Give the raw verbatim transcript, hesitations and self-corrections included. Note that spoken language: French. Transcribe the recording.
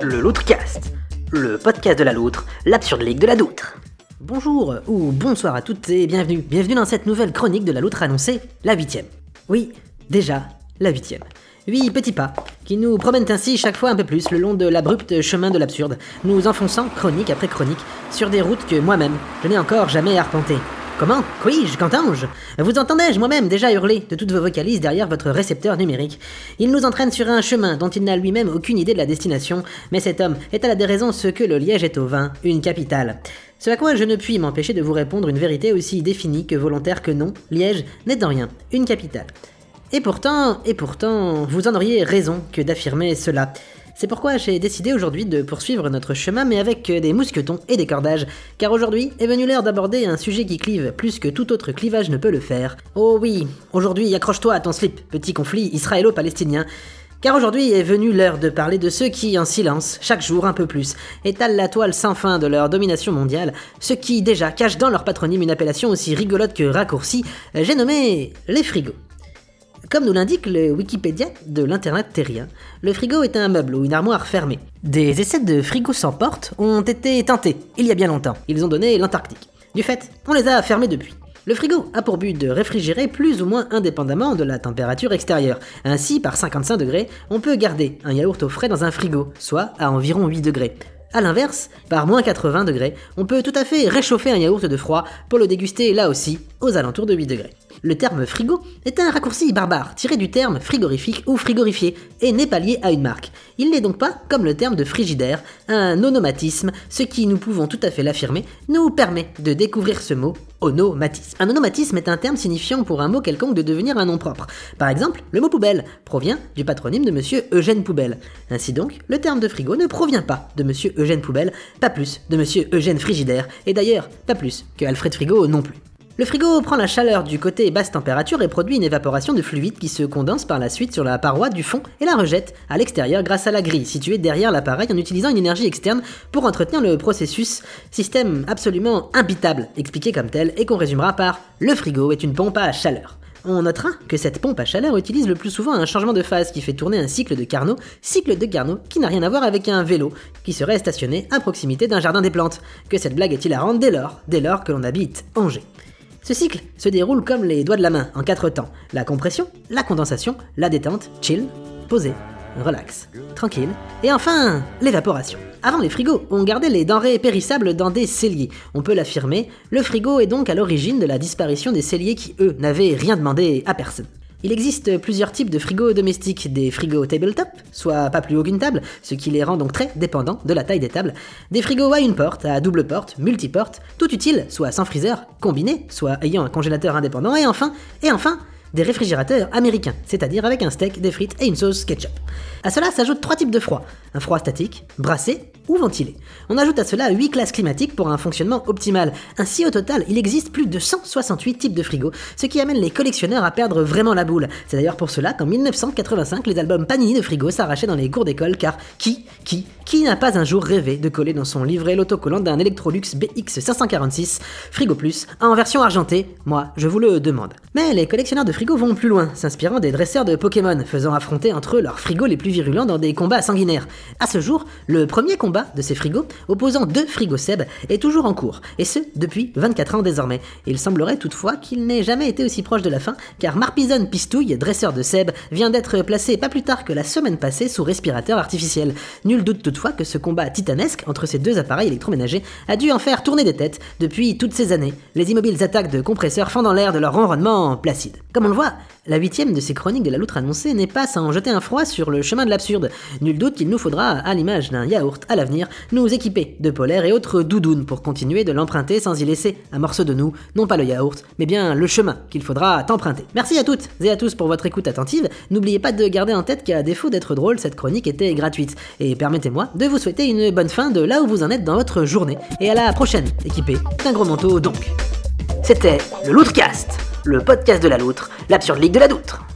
Le Loutre-Cast, le podcast de la loutre, l'absurde ligue de la doutre. Bonjour ou bonsoir à toutes et bienvenue, bienvenue dans cette nouvelle chronique de la loutre annoncée, la huitième. Oui, déjà, la huitième. Huit petits pas, qui nous promènent ainsi chaque fois un peu plus le long de l'abrupt chemin de l'absurde, nous enfonçant chronique après chronique sur des routes que moi-même, je n'ai encore jamais arpentées. Comment ? Qu'ouis-je ? Qu'entends-je ? Vous entendais-je moi-même déjà hurler de toutes vos vocalises derrière votre récepteur numérique ? Il nous entraîne sur un chemin dont il n'a lui-même aucune idée de la destination, mais cet homme est à la déraison ce que le Liège est au vin, une capitale. Ce à quoi je ne puis m'empêcher de vous répondre une vérité aussi définie que volontaire que non, Liège n'est en rien une capitale. Et pourtant, et pourtant, vous en auriez raison que d'affirmer cela. C'est pourquoi j'ai décidé aujourd'hui de poursuivre notre chemin, mais avec des mousquetons et des cordages, car aujourd'hui est venue l'heure d'aborder un sujet qui clive plus que tout autre clivage ne peut le faire. Oh oui, aujourd'hui accroche-toi à ton slip, petit conflit israélo-palestinien, car aujourd'hui est venue l'heure de parler de ceux qui, en silence, chaque jour un peu plus, étalent la toile sans fin de leur domination mondiale, ceux qui déjà cachent dans leur patronyme une appellation aussi rigolote que raccourcie, j'ai nommé les frigos. Comme nous l'indique le Wikipédia de l'internet terrien, le frigo est un meuble ou une armoire fermée. Des essais de frigo sans porte ont été tentés, il y a bien longtemps. Ils ont donné l'Antarctique. Du fait, on les a fermés depuis. Le frigo a pour but de réfrigérer plus ou moins indépendamment de la température extérieure. Ainsi, par cinquante-cinq degrés, on peut garder un yaourt au frais dans un frigo, soit à environ huit degrés. A l'inverse, par moins quatre-vingts degrés, on peut tout à fait réchauffer un yaourt de froid pour le déguster là aussi, aux alentours de huit degrés. Le terme frigo est un raccourci barbare tiré du terme frigorifique ou frigorifié et n'est pas lié à une marque. Il n'est donc pas, comme le terme de frigidaire, un onomatisme, ce qui, nous pouvons tout à fait l'affirmer, nous permet de découvrir ce mot, onomatisme. Un onomatisme est un terme signifiant pour un mot quelconque de devenir un nom propre. Par exemple, le mot poubelle provient du patronyme de monsieur Eugène Poubelle. Ainsi donc, le terme de frigo ne provient pas de monsieur Eugène Poubelle, pas plus de monsieur Eugène Frigidaire, et d'ailleurs, pas plus que Alfred Frigo non plus. Le frigo prend la chaleur du côté basse température et produit une évaporation de fluide qui se condense par la suite sur la paroi du fond et la rejette à l'extérieur grâce à la grille située derrière l'appareil en utilisant une énergie externe pour entretenir le processus, système absolument imbitable, expliqué comme tel et qu'on résumera par « le frigo est une pompe à chaleur ». On notera que cette pompe à chaleur utilise le plus souvent un changement de phase qui fait tourner un cycle de Carnot, cycle de Carnot qui n'a rien à voir avec un vélo qui serait stationné à proximité d'un jardin des plantes. Que cette blague est hilarante dès lors, dès lors que l'on habite Angers. Ce cycle se déroule comme les doigts de la main, en quatre temps. La compression, la condensation, la détente, chill, posé, relax, tranquille, et enfin, l'évaporation. Avant les frigos, on gardait les denrées périssables dans des celliers. On peut l'affirmer, le frigo est donc à l'origine de la disparition des celliers qui, eux, n'avaient rien demandé à personne. Il existe plusieurs types de frigos domestiques, des frigos tabletop, soit pas plus haut qu'une table, ce qui les rend donc très dépendants de la taille des tables, des frigos à une porte, à double porte, multiporte, tout utile, soit sans freezer, combiné, soit ayant un congélateur indépendant, et enfin, et enfin, des réfrigérateurs américains, c'est-à-dire avec un steak, des frites et une sauce ketchup. À cela s'ajoutent trois types de froid, un froid statique, brassé ou ventilé. On ajoute à cela huit classes climatiques pour un fonctionnement optimal. Ainsi, au total, il existe plus de cent soixante-huit types de frigos, ce qui amène les collectionneurs à perdre vraiment la boule. C'est d'ailleurs pour cela qu'en dix-neuf cent quatre-vingt-cinq, les albums Panini de frigo s'arrachaient dans les cours d'école, car qui, qui, qui n'a pas un jour rêvé de coller dans son livret l'autocollant d'un Electrolux B X cinq cent quarante-six Frigo Plus en version argentée? Moi, je vous le demande. Mais les collectionneurs de frigo vont plus loin, s'inspirant des dresseurs de Pokémon, faisant affronter entre eux leurs frigos les plus virulents dans des combats sanguinaires. À ce jour, le premier combat de ces frigos, opposant deux frigos Seb, est toujours en cours, et ce, depuis vingt-quatre ans désormais. Il semblerait toutefois qu'il n'ait jamais été aussi proche de la fin, car Marpison Pistouille, dresseur de Seb, vient d'être placé pas plus tard que la semaine passée sous respirateur artificiel. Nul doute toutefois que ce combat titanesque entre ces deux appareils électroménagers a dû en faire tourner des têtes depuis toutes ces années, les immobiles attaques de compresseurs fendant l'air de leur ronronnement placide. Comme on le voit, la huitième de ces chroniques de la loutre annoncée n'est pas sans jeter un froid sur le chemin de l'absurde. Nul doute qu'il nous faudra, à l'image d'un yaourt à l'avenir, nous équiper de polaires et autres doudounes pour continuer de l'emprunter sans y laisser un morceau de nous, non pas le yaourt, mais bien le chemin qu'il faudra t'emprunter. Merci à toutes et à tous pour votre écoute attentive. N'oubliez pas de garder en tête qu'à défaut d'être drôle, cette chronique était gratuite. Et permettez-moi de vous souhaiter une bonne fin de là où vous en êtes dans votre journée. Et à la prochaine, équipé d'un gros manteau donc. C'était le Loutre-Cast, le podcast de la loutre, l'absurde ligue de la doutre.